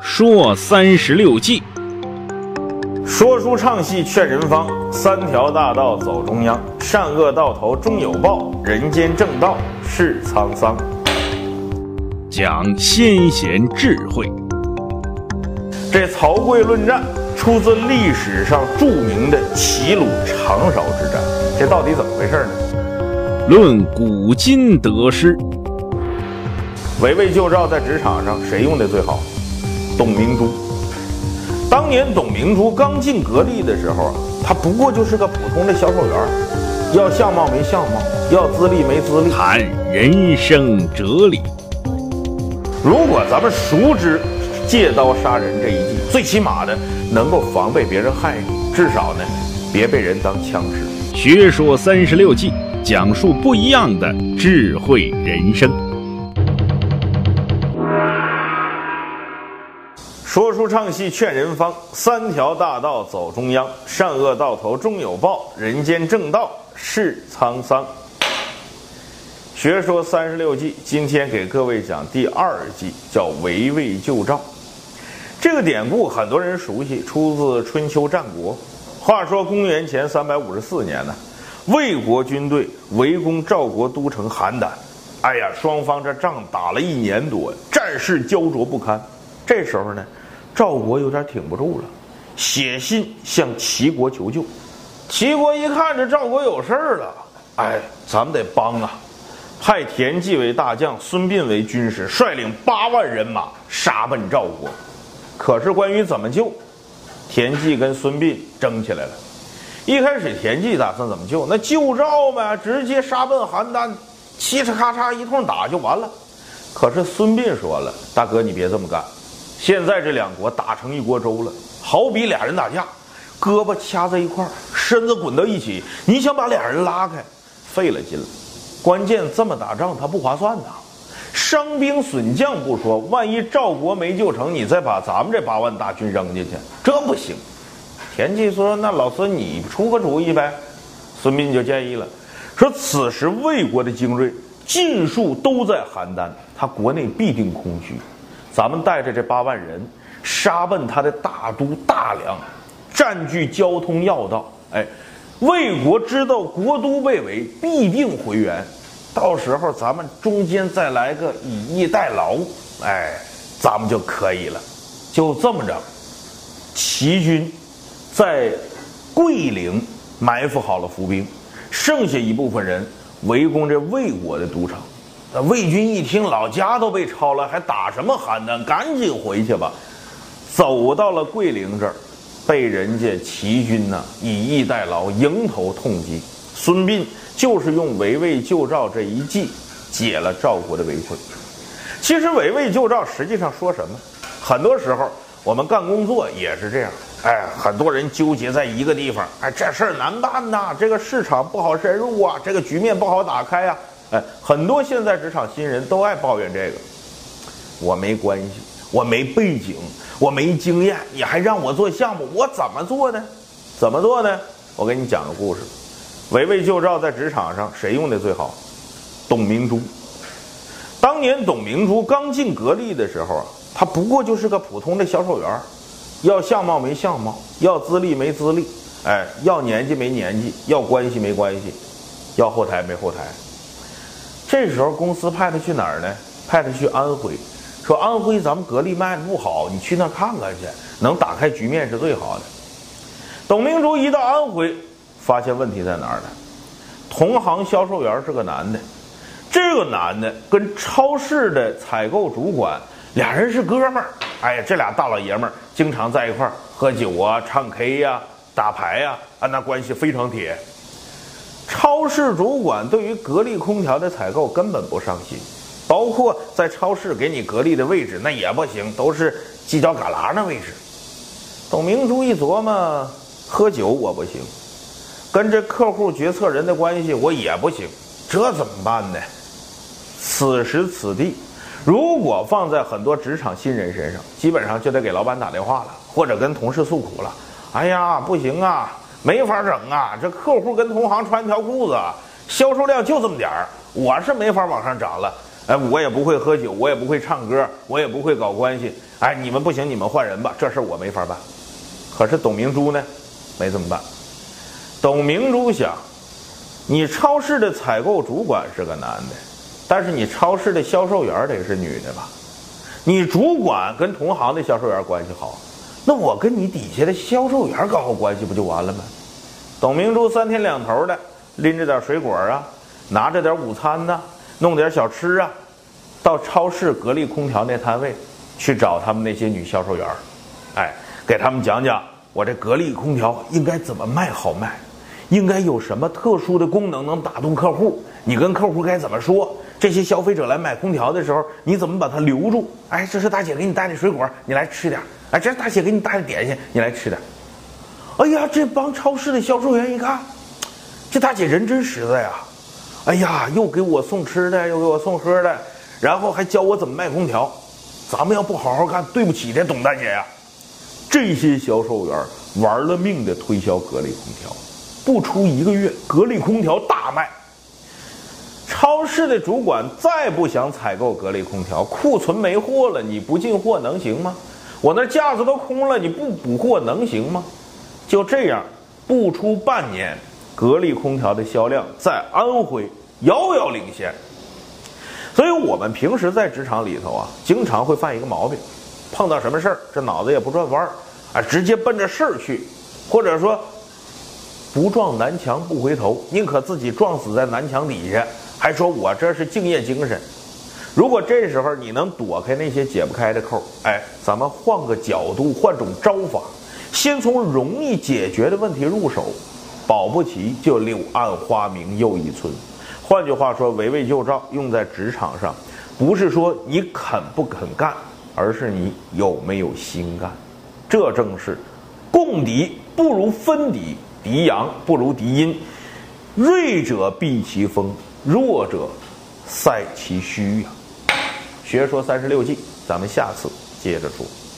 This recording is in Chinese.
说36计， 说书唱戏劝人方，三条大道走中央，善恶到头终有报，人间正道是沧桑。 讲先贤智慧。 这曹刿论战出自历史上著名的齐鲁长勺之战，这到底怎么回事呢？ 论古今得失。 围魏救赵在职场上谁用的最好？董明珠。当年董明珠刚进格力的时候啊，她不过就是个普通的销售员，要相貌没相貌，要资历没资历。 谈人生哲理。 如果咱们熟知借刀杀人这一计，最起码的能够防备别人害你，至少呢，别被人当枪使。 学说36计，讲述不一样的智慧人生。 说书唱戏劝人方，三条大道走中央，善恶到头终有报，人间正道是沧桑。学说36计，今天给各位讲第二计，叫围魏救赵。这个典故很多人熟悉，出自春秋战国。话说公元前354年呢，魏国军队围攻赵国都城邯郸。哎呀，双方这仗打了1年多，战事焦灼不堪。这时候呢，赵国有点挺不住了，写信向齐国求救。齐国一看这赵国有事儿了，哎，咱们得帮啊！派田忌为大将，孙膑为军师，率领8万人马杀奔赵国。可是关于怎么救，田忌跟孙膑争起来了。一开始田忌打算怎么救？那救赵嘛，直接杀奔邯郸，嘁哧咔嚓一通打就完了。可是孙膑说了，大哥你别这么干，现在这两国打成一锅粥了，好比俩人打架，胳膊掐在一块儿，身子滚到一起，你想把俩人拉开，费了劲了。关键这么打仗它不划算呐，伤兵损将不说，万一赵国没救成，你再把咱们这8万大军扔进去，这不行。田忌说那老孙你出个主意呗。孙膑就建议了，说此时魏国的精锐尽数都在邯郸，他国内必定空虚，咱们带着这8万人杀奔他的大都大梁，占据交通要道。哎，魏国知道国都被围，必定回援，到时候咱们中间再来个以逸待劳，哎，咱们就可以了。就这么着，齐军在桂陵埋伏好了伏兵，剩下一部分人围攻这魏国的都城。那魏军一听老家都被抄了，还打什么邯郸，赶紧回去吧。走到了桂陵这儿，被人家齐军呢以逸待劳，迎头痛击。孙膑就是用围魏救赵这一计解了赵国的围困。其实围魏救赵实际上说什么？很多时候我们干工作也是这样，哎，很多人纠结在一个地方，哎，这事儿难办呐，这个市场不好深入啊，这个局面不好打开啊。哎，很多现在职场新人都爱抱怨这个，我没关系，我没背景，我没经验，你还让我做项目，我怎么做呢？怎么做呢？我给你讲个故事。围魏救赵在职场上谁用的最好？董明珠。当年董明珠刚进格力的时候啊，她不过就是个普通的销售员，要相貌没相貌，要资历没资历，哎，要年纪没年纪，要关系没关系，要后台没后台。这时候公司派他去哪儿呢？派他去安徽，说安徽咱们格力卖的不好，你去那儿看看去，能打开局面是最好的。董明珠一到安徽，发现问题在哪儿呢？同行销售员是个男的，这个男的跟超市的采购主管俩人是哥们儿。哎呀，这俩大老爷们儿经常在一块儿喝酒啊、唱 K 呀、打牌呀，那关系非常铁。超市主管对于格力空调的采购根本不上心，包括在超市给你格力的位置那也不行，都是犄角旮旯的位置。董明珠一琢磨，喝酒我不行，跟这客户决策人的关系我也不行，这怎么办呢？此时此地，如果放在很多职场新人身上，基本上就得给老板打电话了，或者跟同事诉苦了。哎呀，不行啊，没法整啊，这客户跟同行穿一条裤子，销售量就这么点儿，我是没法往上涨了。哎，我也不会喝酒，我也不会唱歌，我也不会搞关系， 哎，你们不行，你们换人吧，这事我没法办。可是董明珠呢，没这么办。董明珠想，你超市的采购主管是个男的，但是你超市的销售员得是女的吧？你主管跟同行的销售员关系好，那我跟你底下的销售员搞好关系不就完了吗？董明珠3天2头的拎着点水果啊，拿着点午餐呐，弄点小吃啊，到超市格力空调那摊位去找他们那些女销售员，哎，给他们讲讲我这格力空调应该怎么卖好卖，应该有什么特殊的功能能打动客户，你跟客户该怎么说，这些消费者来买空调的时候你怎么把他留住。哎，这是大姐给你带的水果，你来吃点。哎，这是大姐给你带的点心，你来吃点。哎呀，这帮超市的销售员一看，这大姐人真实在呀！哎呀，又给我送吃的，又给我送喝的，然后还教我怎么卖空调。咱们要不好好干，对不起这董大姐呀！这些销售员玩了命的推销格力空调，不出1个月，格力空调大卖。超市的主管再不想采购格力空调，库存没货了，你不进货能行吗？我那架子都空了，你不补货能行吗？就这样，不出半年，格力空调的销量在安徽遥遥领先。所以我们平时在职场里头啊，经常会犯一个毛病，碰到什么事儿，这脑子也不转弯儿啊，直接奔着事儿去，或者说不撞南墙不回头，宁可自己撞死在南墙底下，还说我这是敬业精神。如果这时候你能躲开那些解不开的扣，哎，咱们换个角度，换种招法，先从容易解决的问题入手，保不齐就柳暗花明又一村。换句话说，围魏救赵用在职场上，不是说你肯不肯干，而是你有没有心干。这正是共敌不如分敌，敌阳不如敌阴，锐者避其锋，弱者塞其虚呀。学说36计，咱们下次接着说。